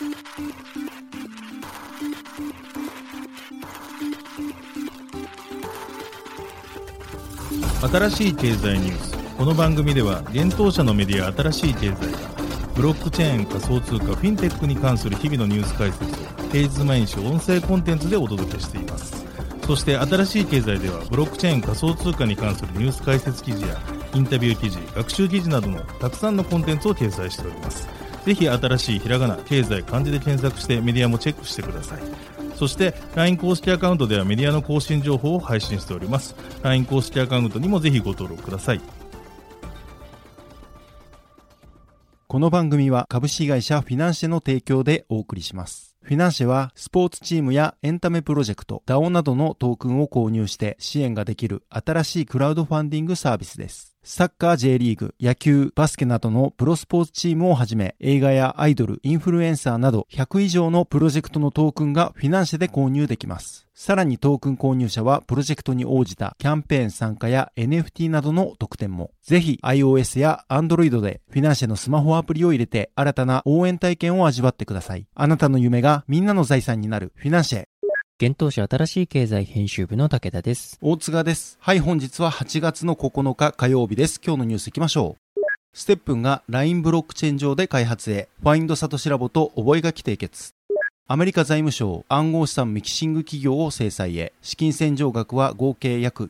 新しい経済ニュース。この番組では現当社のメディア新しい経済がブロックチェーン、仮想通貨、フィンテックに関する日々のニュース解説を平日毎日音声コンテンツでお届けしています。そして新しい経済ではブロックチェーン、仮想通貨に関するニュース解説記事やインタビュー記事、学習記事などのたくさんのコンテンツを掲載しております。ぜひ新しいひらがな、経済、漢字で検索してメディアもチェックしてください。そして LINE 公式アカウントではメディアの更新情報を配信しております。 LINE 公式アカウントにもぜひご登録ください。 この番組は株式会社フィナンシェの提供でお送りします。フィナンシェはスポーツチームやエンタメプロジェクト、DAO などのトークンを購入して支援ができる新しいクラウドファンディングサービスです。サッカー J リーグ、野球、バスケなどのプロスポーツチームをはじめ、映画やアイドル、インフルエンサーなど100以上のプロジェクトのトークンがフィナンシェで購入できます。さらにトークン購入者はプロジェクトに応じたキャンペーン参加や NFT などの特典も。ぜひ iOS や Android でフィナンシェのスマホアプリを入れて新たな応援体験を味わってください。あなたの夢がみんなの財産になるフィナンシェ。 現当社新しい経済編集部の武田です。 大塚です。はい、本日は8月の9日火曜日です。今日のニュースいきましょう。ステップンが LINE ブロックチェーン上で開発へ、ファインドサトシラボと覚書締結。アメリカ財務省暗号資産ミキシング企業を制裁へ、資金洗浄額は合計約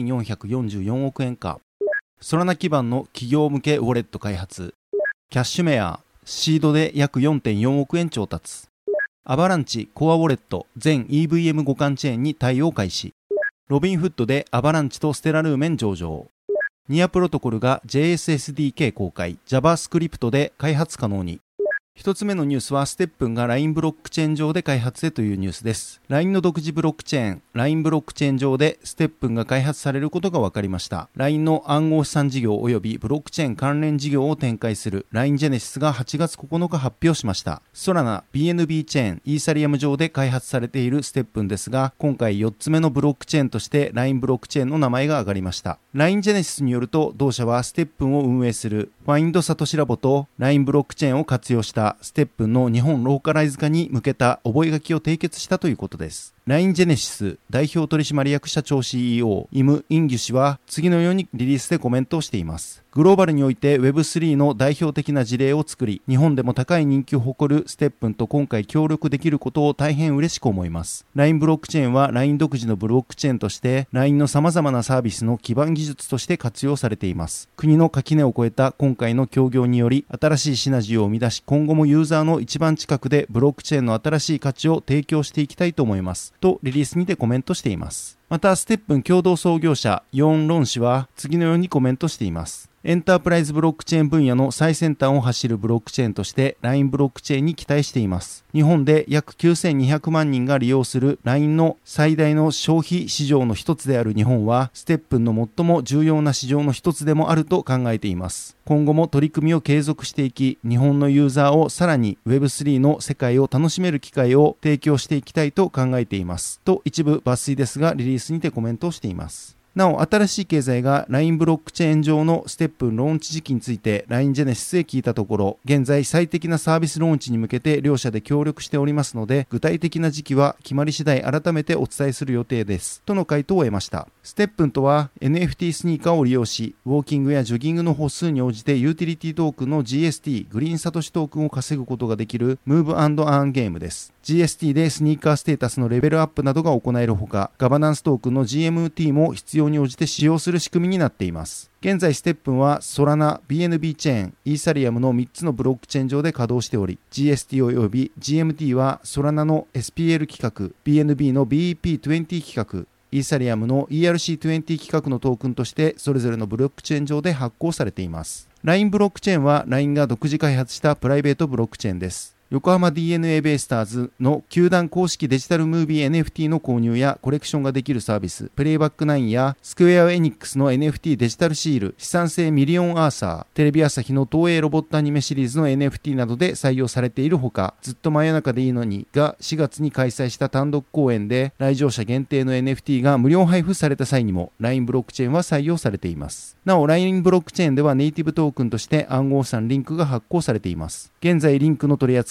9444億円か。ソラナ基盤の企業向けウォレット開発。キャッシュメアシードで約 4.4 億円調達。アバランチコアウォレット全 EVM 互換チェーンに対応開始。ロビンフッドでアバランチとステラルーメン上場。ニアプロトコルが JSSDK 公開、JavaScript で開発可能に。一つ目のニュースはステップンが LINE ブロックチェーン上で開発へというニュースです。LINE の独自ブロックチェーン、LINE ブロックチェーン上でステップンが開発されることが分かりました。LINE の暗号資産事業及びブロックチェーン関連事業を展開する LINE ジェネシスが8月9日発表しました。ソラナ、BNB チェーン、イーサリアム上で開発されているステップンですが、今回4つ目のブロックチェーンとして LINE ブロックチェーンの名前が挙がりました。LINE ジェネシスによると、同社はステップンを運営するファインドサトシラボと LINE ブロックチェーンを活用したステップンの日本ローカライズ化に向けた覚書を締結したということです。LINE ジェネシス代表取締役社長 CEO イム・インギュ氏は次のようにリリースでコメントをしています。グローバルにおいて Web3 の代表的な事例を作り、日本でも高い人気を誇るステップンと今回協力できることを大変嬉しく思います。LINE ブロックチェーンは LINE 独自のブロックチェーンとして LINE の様々なサービスの基盤技術として活用されています。国の垣根を越えた今回の協業により新しいシナジーを生み出し、今後もユーザーの一番近くでブロックチェーンの新しい価値を提供していきたいと思いますとリリースにてコメントしています。またステップン共同創業者ヨン・ロン氏は次のようにコメントしています。エンタープライズブロックチェーン分野の最先端を走るブロックチェーンとして LINE ブロックチェーンに期待しています。日本で約9200万人が利用する LINE の最大の消費市場の一つである日本はステップンの最も重要な市場の一つでもあると考えています。今後も取り組みを継続していき、日本のユーザーをさらに Web3 の世界を楽しめる機会を提供していきたいと考えていますと一部抜粋ですがリリースにてコメントをしています。なお、新しい経済が LINE ブロックチェーン上のステップンローンチ時期について LINE ジェネシスへ聞いたところ、現在最適なサービスローンチに向けて両社で協力しておりますので、具体的な時期は決まり次第改めてお伝えする予定ですとの回答を得ました。ステップンとは NFT スニーカーを利用し、ウォーキングやジョギングの歩数に応じてユーティリティトークンの GST グリーンサトシトークンを稼ぐことができるムーブ&アーンゲームです。GST でスニーカーステータスのレベルアップなどが行えるほか、ガバナンストークンの GMT も必要に応じて使用する仕組みになっています。現在ステップンはソラナ、BNB チェーン、イーサリアムの3つのブロックチェーン上で稼働しており、GST および GMT はソラナの SPL 規格、BNB の BEP20 規格、イーサリアムの ERC20 規格のトークンとしてそれぞれのブロックチェーン上で発行されています。LINE ブロックチェーンは LINE が独自開発したプライベートブロックチェーンです。横浜 DNA ベイスターズの球団公式デジタルムービー NFT の購入やコレクションができるサービス、プレイバック9やスクエアエニックスの NFT デジタルシール、資産性ミリオンアーサー、テレビ朝日の東映ロボットアニメシリーズの NFT などで採用されているほか、ずっと真夜中でいいのにが4月に開催した単独公演で来場者限定の NFT が無料配布された際にも LINE ブロックチェーンは採用されています。なお LINE ブロックチェーンではネイティブトークンとして暗号資産リンクが発行されています。現在リンクの取り扱い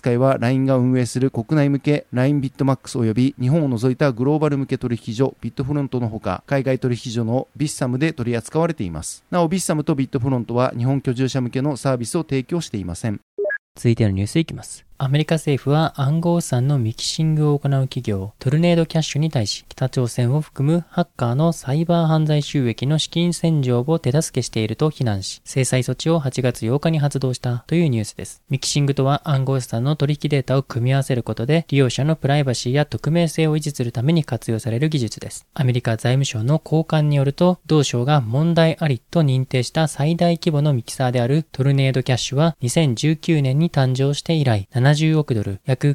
扱いは LINE が運営する国内向け LINE ビットマックス及び日本を除いたグローバル向け取引所ビットフロントのほか、海外取引所のビッサムで取り扱われています。なおビッサムとビットフロントは日本居住者向けのサービスを提供していません。 続いてのニュースいきます。アメリカ政府は暗号資産のミキシングを行う企業トルネードキャッシュに対し、北朝鮮を含むハッカーのサイバー犯罪収益の資金洗浄を手助けしていると非難し、制裁措置を8月8日に発動したというニュースです。ミキシングとは暗号資産の取引データを組み合わせることで利用者のプライバシーや匿名性を維持するために活用される技術です。アメリカ財務省の高官によると、同省が問題ありと認定した最大規模のミキサーであるトルネードキャッシュは2019年に誕生して以来70億ドル、約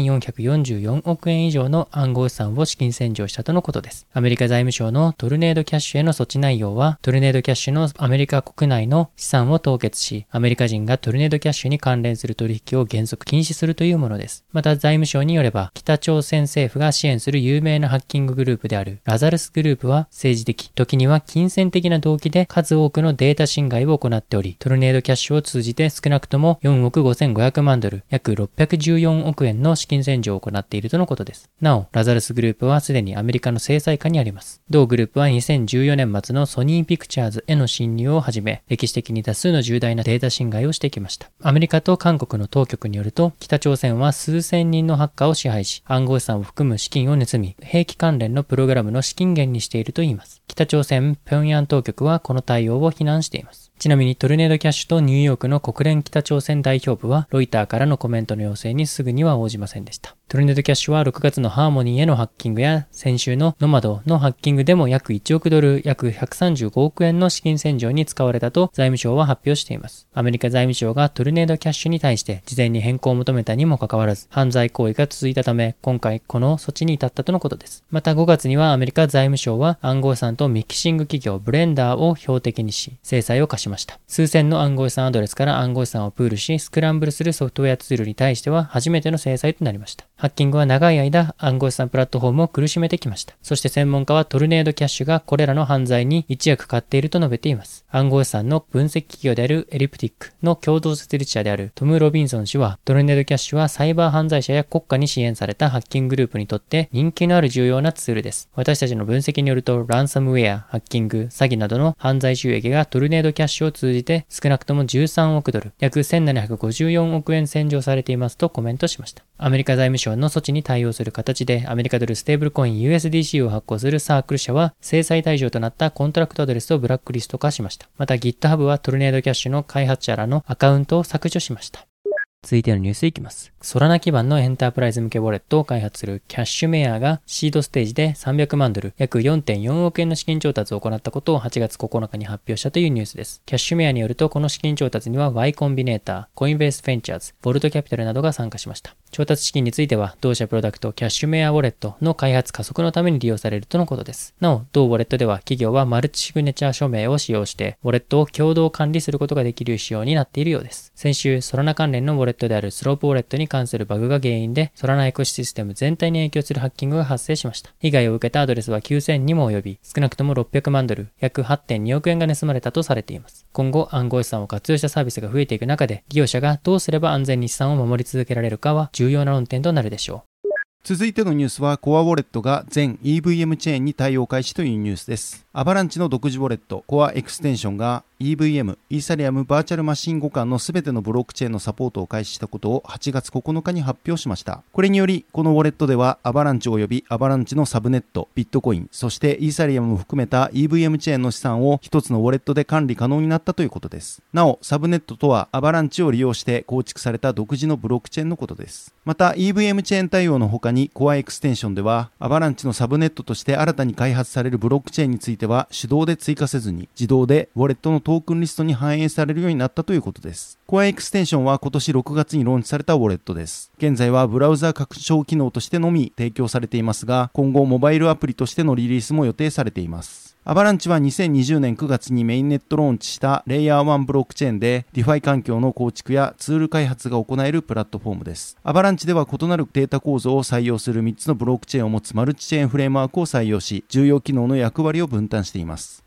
9444億円以上の暗号資産を資金洗浄したとのことです。アメリカ財務省のトルネードキャッシュへの措置内容は、トルネードキャッシュのアメリカ国内の資産を凍結し、アメリカ人がトルネードキャッシュに関連する取引を原則禁止するというものです。また財務省によれば、北朝鮮政府が支援する有名なハッキンググループであるラザルスグループは政治的、時には金銭的な動機で数多くのデータ侵害を行っており、トルネードキャッシュを通じて少なくとも4億5500万ドル、約614億円の資金洗浄を行っているとのことです。なお、ラザルスグループはすでにアメリカの制裁下にあります。同グループは2014年末のソニーピクチャーズへの侵入をはじめ、歴史的に多数の重大なデータ侵害をしてきました。アメリカと韓国の当局によると、北朝鮮は数千人のハッカーを支配し、暗号資産を含む資金を盗み、兵器関連のプログラムの資金源にしているといいます。北朝鮮平壌当局はこの対応を非難しています。ちなみにトルネードキャッシュとニューヨークの国連北朝鮮代表部はロイターからのコメントの要請にすぐには応じませんでした。トルネードキャッシュは6月のハーモニーへのハッキングや先週のノマドのハッキングでも約1億ドル、約135億円の資金洗浄に使われたと財務省は発表しています。アメリカ財務省がトルネードキャッシュに対して事前に変更を求めたにもかかわらず犯罪行為が続いたため、今回この措置に至ったとのことです。また5月にはアメリカ財務省は暗号資産とミキシング企業ブレンダーを標的にし制裁を科しました。数千の暗号資産アドレスから暗号資産をプールしスクランブルするソフトウェアツールに対しては初めての制裁となりました。ハッキングは長い間暗号資産プラットフォームを苦しめてきました。そして専門家はトルネードキャッシュがこれらの犯罪に一役買っていると述べています。暗号資産の分析企業であるエリプティックの共同設立者であるトム・ロビンソン氏は、トルネードキャッシュはサイバー犯罪者や国家に支援されたハッキンググループにとって人気のある重要なツールです。私たちの分析によると、ランサムウェア、ハッキング、詐欺などの犯罪収益がトルネードキャッシュを通じて少なくとも13億ドル、約1754億円洗浄されていますとコメントしました。アメリカ財務省の措置に対応する形で、アメリカドルステーブルコイン USDC を発行するサークル社は、制裁対象となったコントラクトアドレスをブラックリスト化しました。また GitHub はトルネードキャッシュの開発者らのアカウントを削除しました。続いてのニュースいきます。ソラナ基盤のエンタープライズ向けウォレットを開発するキャッシュメアがシードステージで300万ドル、約 4.4 億円の資金調達を行ったことを8月9日に発表したというニュースです。キャッシュメアによると、この資金調達には Y コンビネーター、コインベースベンチャーズ、ボルトキャピタルなどが参加しました。調達資金については、同社プロダクトキャッシュメアウォレットの開発加速のために利用されるとのことです。なお、同ウォレットでは企業はマルチシグネチャー署名を使用して、ウォレットを共同管理することができる仕様になっているようです。先週、ソラナ関連のウォレットであるスロープウォレットに関するバグが原因で、ソラナエコシステム全体に影響するハッキングが発生しました。被害を受けたアドレスは9000にも及び、少なくとも600万ドル、約 8.2 億円が盗まれたとされています。今後、暗号資産を活用したサービスが増えていく中で、利用者がどうすれば安全に資産を守り続けられるかは重要な論点となるでしょう。 続いてのニュースは、コアウォレットが全 EVM チェーンに対応開始というニュースです。アバランチの独自ウォレット、コアエクステンションが EVM、イーサリアムバーチャルマシン互換のすべてのブロックチェーンのサポートを開始したことを8月9日に発表しました。これにより、このウォレットではアバランチ及びアバランチのサブネット、ビットコイン、そしてイーサリアムも含めた EVM チェーンの資産を一つのウォレットで管理可能になったということです。なお、サブネットとはアバランチを利用して構築された独自のブロックチェーンのことです。また、EVM チェーン対応の他にコアエクステンションでは、アバランチのサブネットとして新たに開発されるブロックチェーンについては手動で追加せずに自動でウォレットのトークンリストに反映されるようになったということです。コアエクステンションは今年6月にローンチされたウォレットです。現在はブラウザ拡張機能としてのみ提供されていますが、今後モバイルアプリとしてのリリースも予定されています。アバランチは2020年9月にメインネットローンチしたレイヤー1ブロックチェーンで DeFi 環境の構築やツール開発が行えるプラットフォームです。アバランチでは異なるデータ構造を採用する3つのブロックチェーンを持つマルチチェーンフレームワークを採用し、重要機能の役割を分担しています。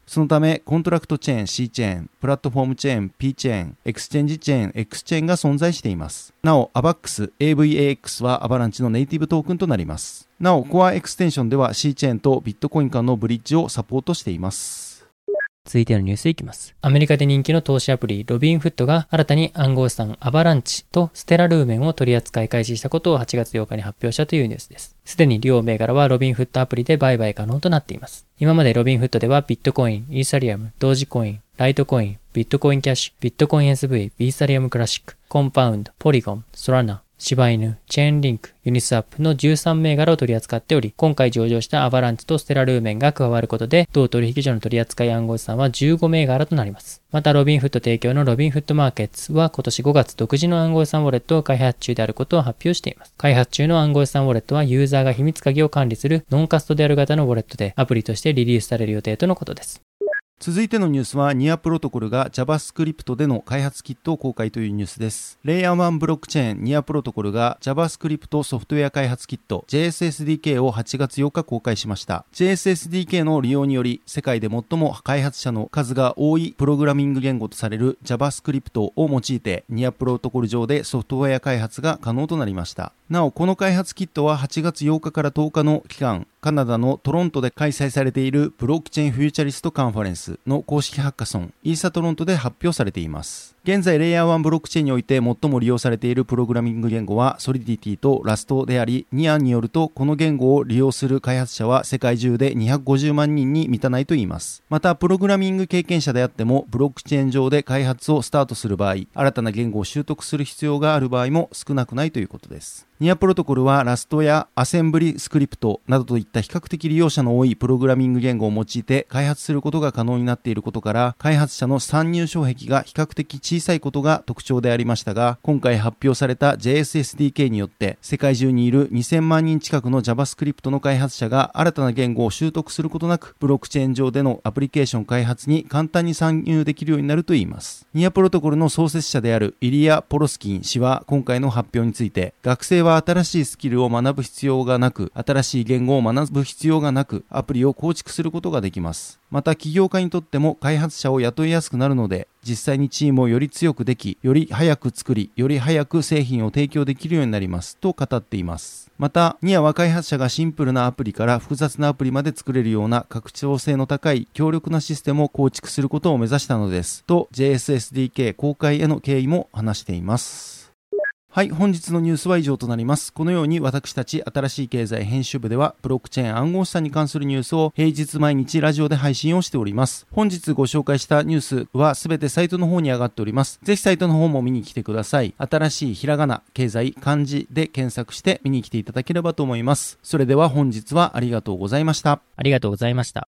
そのため、コントラクトチェーン C チェーン、プラットフォームチェーン P チェーン、エクスチェンジチェーン X チェーンが存在しています。なお、AVAX はアバランチのネイティブトークンとなります。なお、コアエクステンションでは C チェーンとビットコイン間のブリッジをサポートしています。 続いてのニュースいきます。アメリカで人気の投資アプリロビンフットが新たに暗号資産アバランチとステラルーメンを取り扱い開始したことを8月8日に発表したというニュースです。すでに両銘柄はロビンフットアプリで売買可能となっています。今までロビンフットではビットコイン、イーサリアム、同時コイン、ライトコイン、ビットコインキャッシュ、ビットコイン SV、イーサリアムクラシック、コンパウンド、ポリゴン、ソラナ、柴犬、チェーンリンク、ユニスワップの13銘柄を取り扱っており、今回上場したアバランチとステラルーメンが加わることで、同取引所の取扱い暗号資産は15銘柄となります。また、ロビンフット提供のロビンフットマーケッツは今年5月独自の暗号資産ウォレットを開発中であることを発表しています。開発中の暗号資産ウォレットはユーザーが秘密鍵を管理するノンカストである型のウォレットで、アプリとしてリリースされる予定とのことです。 続いてのニュースは、ニアプロトコルが JavaScript での開発キットを公開というニュースです。レイヤー1ブロックチェーンニアプロトコルが JavaScript ソフトウェア開発キット JSSDK を8月8日公開しました。JSSDK の利用により、世界で最も開発者の数が多いプログラミング言語とされる JavaScript を用いて、ニアプロトコル上でソフトウェア開発が可能となりました。なお、この開発キットは8月8日から10日の期間、カナダのトロントで開催されているブロックチェーンフューチャリストカンファレンスの公式ハッカソン、イーサトロントで発表されています。現在、レイヤー1ブロックチェーンにおいて最も利用されているプログラミング言語はソリディティとラストであり、ニアによるとこの言語を利用する開発者は世界中で250万人に満たないといいます。また、プログラミング経験者であってもブロックチェーン上で開発をスタートする場合、新たな言語を習得する必要がある場合も少なくないということです。ニアプロトコルはラストやアセンブリスクリプトなどといった比較的利用者の多いプログラミング言語を用いて開発することが可能になっていることから、開発者の参入障壁が比較的小さいことが特徴でありましたが、今回発表された JSSDK によって世界中にいる2000万人近くの JavaScript の開発者が新たな言語を習得することなく、ブロックチェーン上でのアプリケーション開発に簡単に参入できるようになるといいます。ニアプロトコルの創設者であるイリア・ポロスキン氏は今回の発表について、学生は新しいスキルを学ぶ必要がなく、新しい言語を学ぶ必要がなく、アプリを構築することができます。また、起業家にとっても開発者を雇いやすくなるので、実際にチームをより強くでき、より早く作り、より早く製品を提供できるようになりますと語っています。また、ニアは開発者がシンプルなアプリから複雑なアプリまで作れるような拡張性の高い強力なシステムを構築することを目指したのですと、JSSDK 公開への経緯も話しています。はい、本日のニュースは以上となります。このように私たち新しい経済編集部ではブロックチェーン暗号資産に関するニュースを平日毎日ラジオで配信をしております。本日ご紹介したニュースはすべてサイトの方に上がっております。ぜひサイトの方も見に来てください。新しいひらがな、経済、漢字で検索して見に来ていただければと思います。それでは本日はありがとうございました。 ありがとうございました。